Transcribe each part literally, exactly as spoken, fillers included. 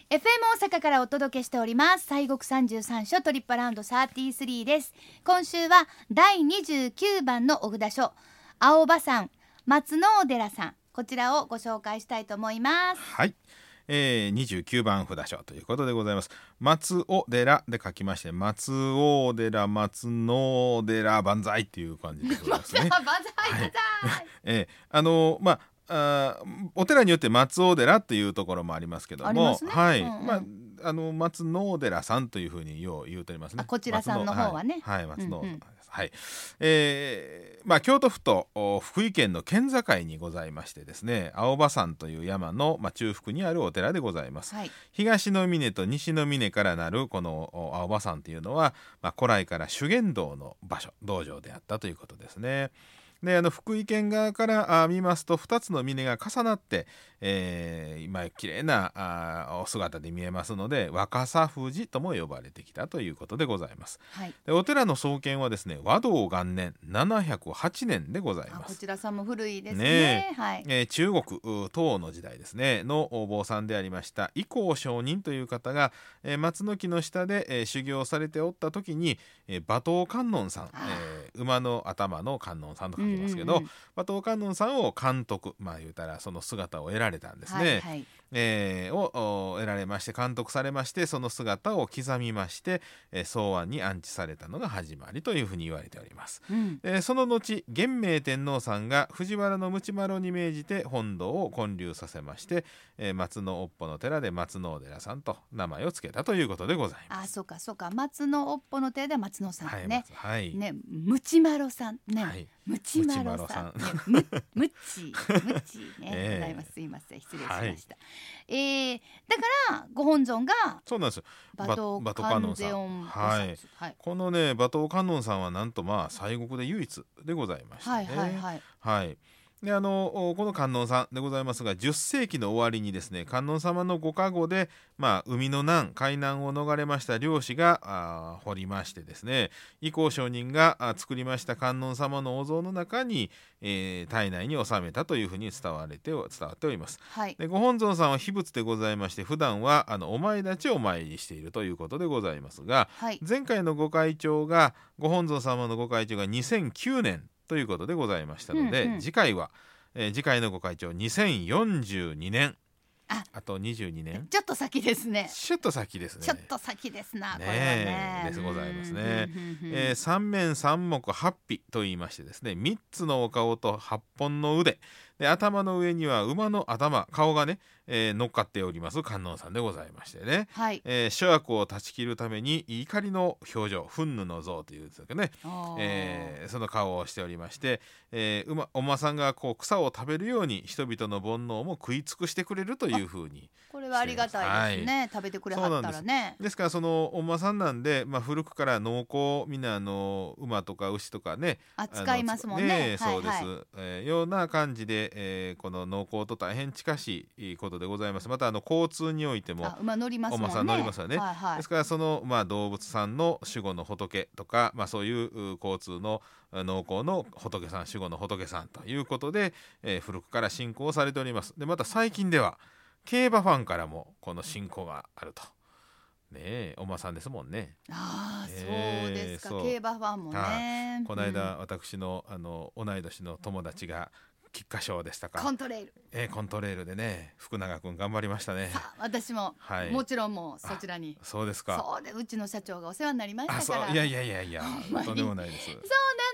エフエム 大阪からお届けしております西国三十三所トリップアラウンドさんじゅうさんです。今週はだいにじゅうきゅうばんのお札書青葉山松野寺さん、こちらをご紹介したいと思います。 はい、えー、にじゅうきゅうばん札書ということでございます。松尾寺で書きまして松尾寺松野寺万歳っていう感じでございますね。 万歳万歳、はい、 えー、あのまああお寺によって松尾寺っていうところもありますけども、 ね、 はい、 うんうん、 まああの松野寺さんというふうによう言うておりますね。 こちらさんの方はね、 はい、はい、松野、うんうん、はい、えー、まあ京都府と福井県の県境にございましてですね、青葉山という山の、まあ、中腹にあるお寺でございます。はい、東の峰と西の峰からなるこの青葉山というのは、まあ、古来から修験道の場所道場であったということですね。であの福井県側から見ますとふたつの峰が重なって、えー、今綺麗なあお姿で見えますので若狭富士とも呼ばれてきたということでございます。はい、でお寺の創建はですね和道元年ななひゃくはちねんでございます。 こちらさんも古いです ね, ね、 はい、 えー、中国唐の時代ですねのお坊さんでありました伊光上人という方が、えー、松の木の下で、えー、修行されておった時に、えー、馬頭観音さん、えー、馬の頭の観音さんと書きますけど、うんうんうん、馬頭観音さんを監督、まあ言うたらその姿を得られたんですね。はいはい、えー、を得られまして監督されましてその姿を刻みまして、えー、草庵に安置されたのが始まりというふうに言われております。うん、えー、その後元明天皇さんが藤原道丸に命じて本堂を建立させまして、えー、松の尾っぽの寺で松野寺さんと名前を付けたということでございます。 あ、そうかそうか、松の尾っぽの寺で松野さんね、 はい、 ね、ムチマロさんね、はい、ムチマロさん、ね、ムムチムチね、えー、ございます。すいません、失礼しました。はい、えー、だからご本尊がそうなんですよ、 馬頭観音さん、 はい、はい、このね馬頭観音さんはなんとまあ西国で唯一でございましてね。はいはいはい、はい、であのこの観音さんでございますがじゅっせいきの終わりにですね観音様のご加護で、まあ、海の難海難を逃れました漁師があ掘りましてですね伊光上人があ作りました観音様のお像の中に、えー、体内に収めたというふうに伝われて伝わっております。はい、でご本尊さんは秘仏でございまして普段はあのお前立ちをお参りしているということでございますが、はい、前回のご開帳がご本尊様のご開帳がにせんきゅうねんということでございましたので、うんうん、次回は、えー、次回のご開帳にせんよんじゅうにねん、 あ, あとにじゅうにねん、 ちょっと先ですね。 ちょっと先ですね。 ちょっと先ですな、 ね、 これはねですございますね。えー、三面三目八臂と言いましてですねみっつのお顔とはっぽんの腕で頭の上には馬の頭顔がね、えー、乗っかっております観音さんでございましてね、はい、えー、諸悪を断ち切るために怒りの表情憤怒の像というんですけどね、えー、その顔をしておりまして、えー、馬お馬さんがこう草を食べるように人々の煩悩も食い尽くしてくれるというふうに、 これはありがたいですね、はい、食べてくれはったらね。 ですからそのお馬さんなんで、まあ、古くから農耕みんなあの馬とか牛とかね扱いますもんね。ね、 そうです、はいはい、えー、ような感じで、えー、この農耕と大変近しいことでございます。またあの交通においても馬乗りますもんね。 お馬さん乗りますよね、はいはい、ですからその、まあ、動物さんの守護の仏とか、まあ、そういう交通の農耕の仏さん守護の仏さんということで、えー、古くから信仰されております。でまた最近では競馬ファンからもこの信仰があるとねえ、お馬さんですもんね。 ああ、えー、そうですか。競馬ファンもね。 この間、うん、私のあの同い年の友達が菊花賞でしたかコントレール、 えー、コントレールでね福永君頑張りましたね。 さあ私も、はい、もちろんもうそちらに。 そうですか。 そうでうちの社長がお世話になりましたから。 あそういやいやいやいやとんでもないです。そうなの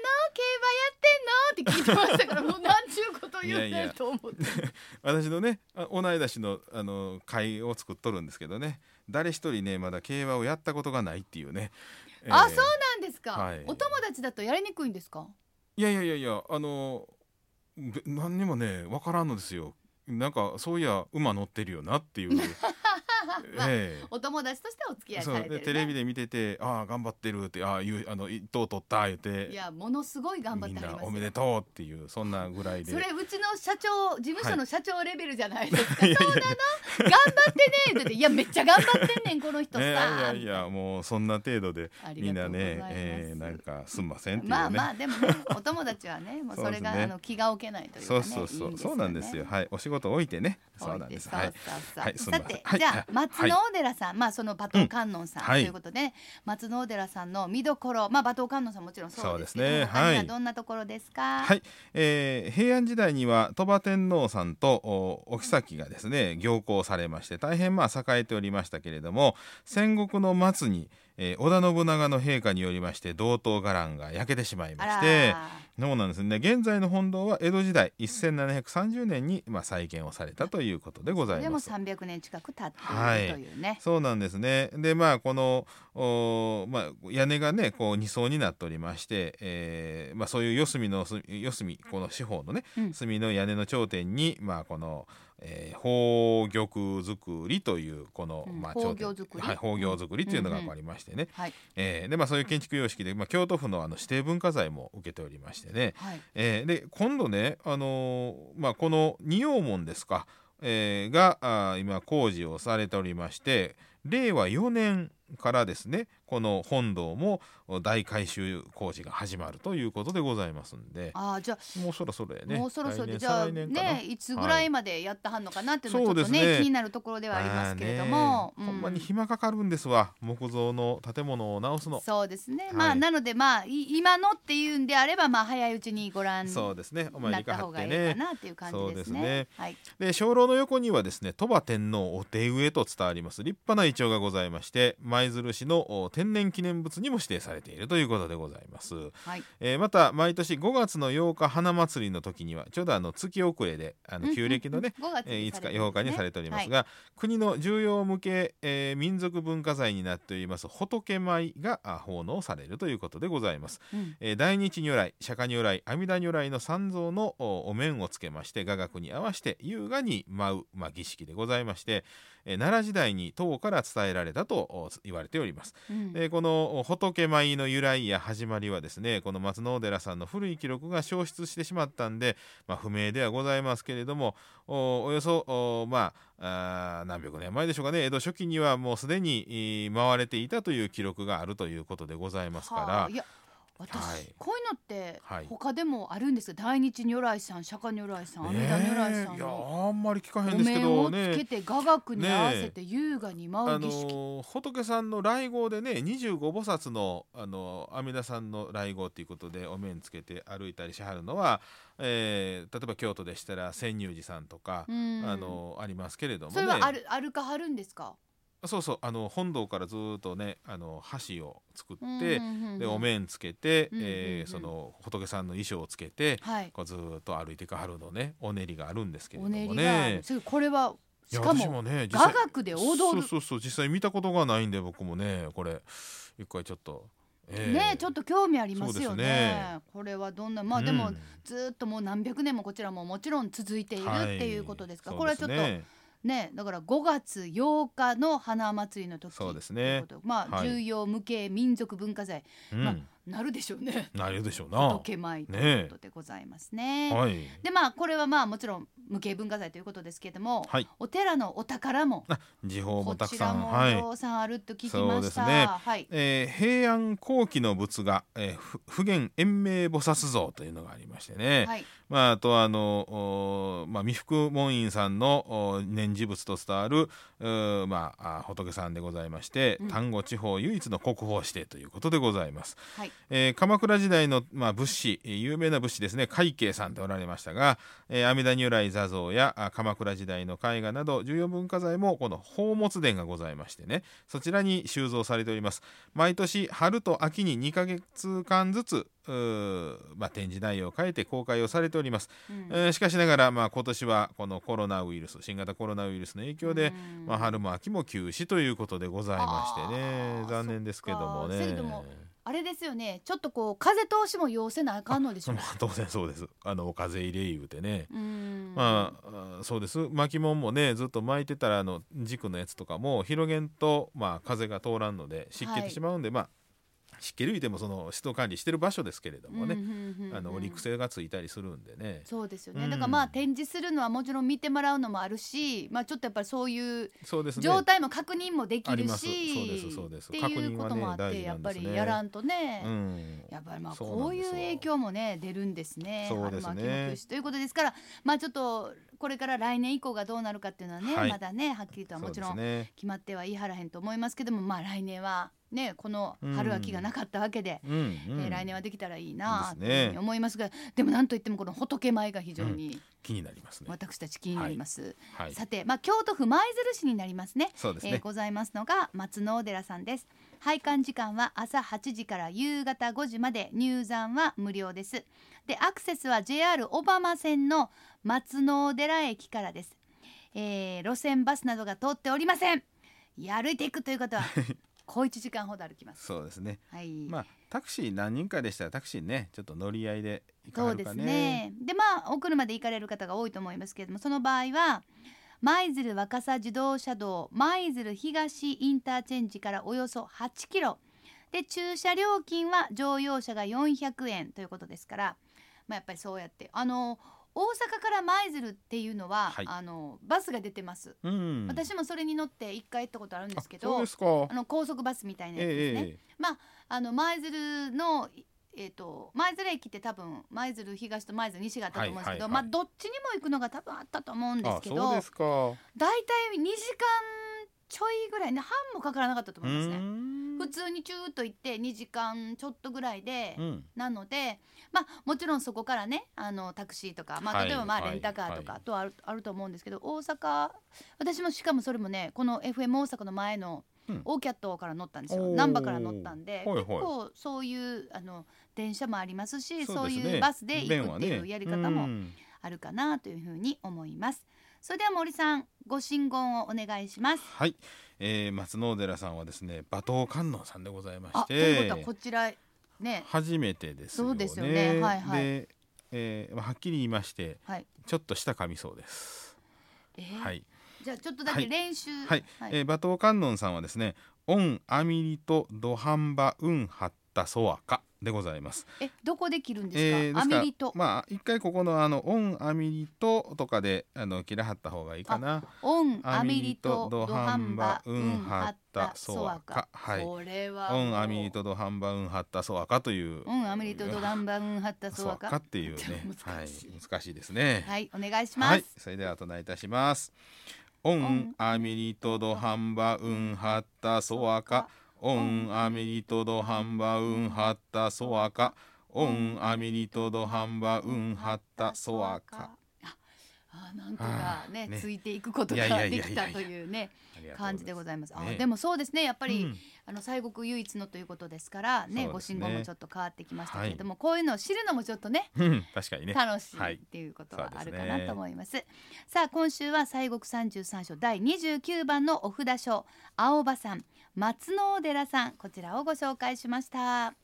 競馬やってんのって聞いてましたからもう何ちゅうこと言ってると思っていやいや私のね同い年のあの会を作っとるんですけどね誰一人ねまだ競馬をやったことがないっていうね、 えー、あそうなんですか、はい、お友達だとやりにくいんですか。 いやいやいやいやあの何にもね分からんのですよ。なんかそういや馬乗ってるよなっていうまあええ、お友達としてお付き合いされてる、ね、 テレビで見ててああ頑張ってるってああいうあの一等取った言っていやものすごい頑張ってありますよ。 みんなおめでとうっていうそんなぐらいでそれうちの社長事務所の社長レベルじゃないですか、はい、そうなの頑張ってねっていやめっちゃ頑張ってんねんこの人さ、ね、いやいやもうそんな程度でみんなね、えー、なんかすんませんっていうね。 まあまあでもねお友達はねもうそれがね、あの気が置けないというかね。 そうそうそう、いいんですよね。そうなんですよ。はいお仕事置いてね。そうなんです。はいはい、 さて、はい、じゃあ松野お寺さん、はい、まあその馬頭観音さん、うん、ということで、はい、松野お寺さんの見どころ、まあ馬頭観音さんもちろんそうですけど、そうですね、他にはどんなところですか？ はい、えー、平安時代には鳥羽天皇さんとお妃がですね行幸されまして、大変まあ栄えておりましたけれども、戦国の末にえー、織田信長の陛下によりまして道東伽藍が焼けてしまいまして、そうなんですね、現在の本堂は江戸時代せんななひゃくさんじゅうねんに、まあ、再建をされたということでございます。 でもさんびゃくねん近く経っているというね、はい、 そうなんですね。でまあこのまあ、屋根がねこうに層になっておりまして、えーまあ、そういう四隅の四隅この四方のね、うん、隅の屋根の頂点に、まあ、このえー、宝玉作りというこの、うん、まあ、 宝行作り、 はい、宝行作りというのがありましてね、うんうん、えーでまあ、そういう建築様式で、まあ、京都府の、あの指定文化財も受けておりましてね、はい、えー、で今度ね、あのーまあ、この仁王門ですか、えー、があ今工事をされておりまして、れいわよねんからですねこの本堂も大改修工事が始まるということでございますんで、 あじゃあもうそろそろやね、 もうそろそろでじゃあねいつぐらいまでやったはんのかなっていうのはちょっと ね, ね気になるところではありますけれども、 うん、ほんまに暇かかるんですわ、木造の建物を直すの。 そうですね、はい、まあなのでまあ今のっていうんであれば、まあ早いうちにご覧になった方がいいかなっていう感じですね。そうですね、はい、 で鐘楼の横にはですね鳥羽天皇お手植えと伝わります立派なイチョウがございまして、舞鶴市の天然記念物にも指定されているということでございます、はい、えー、また毎年ごがつのようか花祭りの時にはちょうどあの月遅れであの旧暦のね、うんうんうん、えー、いつかようかにされておりますが、はい、国の重要無形、えー、民族文化財になっております仏舞が奉納されるということでございます、うん、えー、大日如来、釈迦如来、阿弥陀如来の三像のお面をつけまして雅楽に合わせて優雅に舞う、まあ、儀式でございまして、えー、奈良時代に唐から伝えられたと言われております、うん、でこの仏舞の由来や始まりはですねこの松野寺さんの古い記録が消失してしまったんで、まあ、不明ではございますけれども、 お, およそまああ何百年前でしょうかね、江戸初期にはもうすでに回れていたという記録があるということでございますから、はあ、いや私、はい、こういうのって他でもあるんですよ、はい、大日如来さん、釈迦如来さん、阿弥陀如来さんの、 いやあんまり聞かへんですけどね、 お面をつけて雅楽に合わせて優雅に舞う儀式、 ね、あの仏さんの来迎でねにじゅうごぼさつの、あの阿弥陀さんの来迎ということでお面つけて歩いたりしはるのは、えー、例えば京都でしたら千入寺さんとか、あのありますけれどもね。 それは歩歩かはるんですか？ そうそう、あの本堂からずっとねあの橋を作って、でお面つけて、えー、その仏さんの衣装をつけて、はい、こうずっと歩いていかはるのね、お練りがあるんですけれどもね。お練りがこれはしかも、ね、雅楽で踊る。 そうそうそう、実際見たことがないんで僕もねこれ一回ちょっと。えー、 ねちょっと興味ありますよ ね, ねこれはどんなまあ、うん、でもずっともう何百年もこちらももちろん続いているっていうことですから、はい、これはちょっとね、だからごがつようかの花祭りの時、 そうですね、 まあ、はい、重要無形民族文化財、うん、まあ、なるでしょうね。 なるでしょうな。 仏舞ということでございますね。 はい、 でまあこれはまあもちろん無形文化財ということですけれども、はい、お寺のお宝も時報もたくさん、 こちらもさんあると聞きました。そうですね、はい、 えー、平安後期の仏画、えー、普賢延命菩薩像というのがありましてね、はい、まあ、あとあの、まあ、三福門院さんの念持仏と伝わる、まあ、仏さんでございまして、うん、丹後地方唯一の国宝指定ということでございます。はい、えー、鎌倉時代の、まあ、仏師、有名な仏師ですね、快慶さんでおられましたが、えー、阿弥陀如来座像や鎌倉時代の絵画など重要文化財もこの宝物殿がございましてね、そちらに収蔵されております。毎年春と秋ににかげつかんずつまあ、展示内容を変えて公開をされております、うん、えー、しかしながら、まあ、今年はこのコロナウイルス新型コロナウイルスの影響で、うん、まあ、春も秋も休止ということでございましてね、残念ですけどもね。 でもあれですよね、ちょっとこう風通しも要せなあかんのでしょう。 当然そうです。あのお風入れ言うてね、うん、まあそうです。巻物もねずっと巻いてたらあの軸のやつとかも広げんと、まあ、風が通らんので湿気てしまうんで、はい、まあ湿気類でもその湿度管理してる場所ですけれどもね、あの折り癖がついたりするんでね。 そうですよね、うん、だからまあ展示するのはもちろん見てもらうのもあるし、まあ、ちょっとやっぱりそういう状態も確認もできるし、 そうですそうです、 っていうこともあって、やっぱりやらんとね、うん、やっぱりまあこういう影響もね出るんですね。 そうですね、 春も秋も休止ということですから、まあちょっとこれから来年以降がどうなるかっていうのはね、 はい、 まだねはっきりとはもちろん決まっては言い張らへんと思いますけども、まあ来年はねこの春秋がなかったわけで、 うんうんえー、来年はできたらいいなというふうに思いますが、でもなんといってもこの仏舞が非常に、うん、 気になりますね。 私たち気になります、はいはい、さて、まあ、京都府舞鶴市になりますね。 そうですね、 えー、ございますのが松野寺さんです。拝観時間は朝はちじから夕方ごじまで、入山は無料です。でアクセスは ジェイアール 小浜線の松野寺駅からです。えー、路線バスなどが通っておりません。歩いていくということは小いちじかんほど歩きます。 そうですね、 はい、 まあタクシー何人かでしたらタクシーねちょっと乗り合いで行かはるかね。 そうですね。でまあお車で行かれる方が多いと思いますけれども、その場合は舞鶴若狭自動車道舞鶴東インターチェンジからおよそはちキロで、駐車料金は乗用車がよんひゃくえんということですから、まあ、やっぱりそうやってあの大阪から舞鶴っていうのは、はい、あのバスが出てます、うん、私もそれに乗って一回行ったことあるんですけど、 あ、そうですか。 あの高速バスみたいなやつですね、えー、まああの舞鶴のえー、と舞鶴駅って多分舞鶴東と舞鶴西があったと思うんですけど、はいはいはい、まあどっちにも行くのが多分あったと思うんですけど、 あ、そうですか。 だいたいにじかんちょいぐらいね、半もかからなかったと思いますね。普通にチューッと行ってにじかんちょっとぐらいで、うん、なのでまあもちろんそこからねあのタクシーとか、まあ、例えばまあレンタカーとかとある、はいはい、あると思うんですけど、大阪私もしかもそれもねこの エフエム 大阪の前のオーキャットから乗ったんですよ。難波から乗ったんで、はいはい、結構そういうあの電車もありますし、 そうですね、そういうバスで行くっていうやり方もあるかなというふうに思います。それでは森さんご神言をお願いします。 はい、えー、松野寺さんはですね馬頭観音さんでございまして、あ、ということはこちらね初めてですよね。 そうですよね、はいはい、 で、えー、はっきり言いまして、はい、ちょっとした噛みそうです、 えー、はい、じゃあちょっとだけ練習、 はいはいはい、えー、馬頭観音さんはですねオンアミリトドハンバウンハッタソワカでございます。 え、どこで切るんですか、えー、ですからアミリト、 まあ一回ここのあのオンアミリトとかであの切らはった方がいいかな。 オンアミリトドハンバウンハッタソワカ、はい、これはオンアミリトドハンバウンハッタソワカというオンアミリトドハンバウンハッタソワカっていうね難しい、はい、難しいですね。 はい、お願いします、はい、 それではお唱えいたします。オンアミリトドハンバウンハッタソワカ、オンアミリトドハンバウンハッタソワカ、オンアミリトドハンバウンハッタソワカ。 あ、なんとか ね, ねついていくことができたというね感じでございます。あ、ね、でもそうですね、やっぱり、うん、あの西国唯一のということですからね、ご神言もちょっと変わってきましたけれども、はい、こういうのを知るのもちょっとね、 うん、確かにね楽しいっていうことはあるかなと思います。はい、さあ今週は西国三十三所だいにじゅうきゅうばんのお札書青葉さん松野寺さん、こちらをご紹介しました。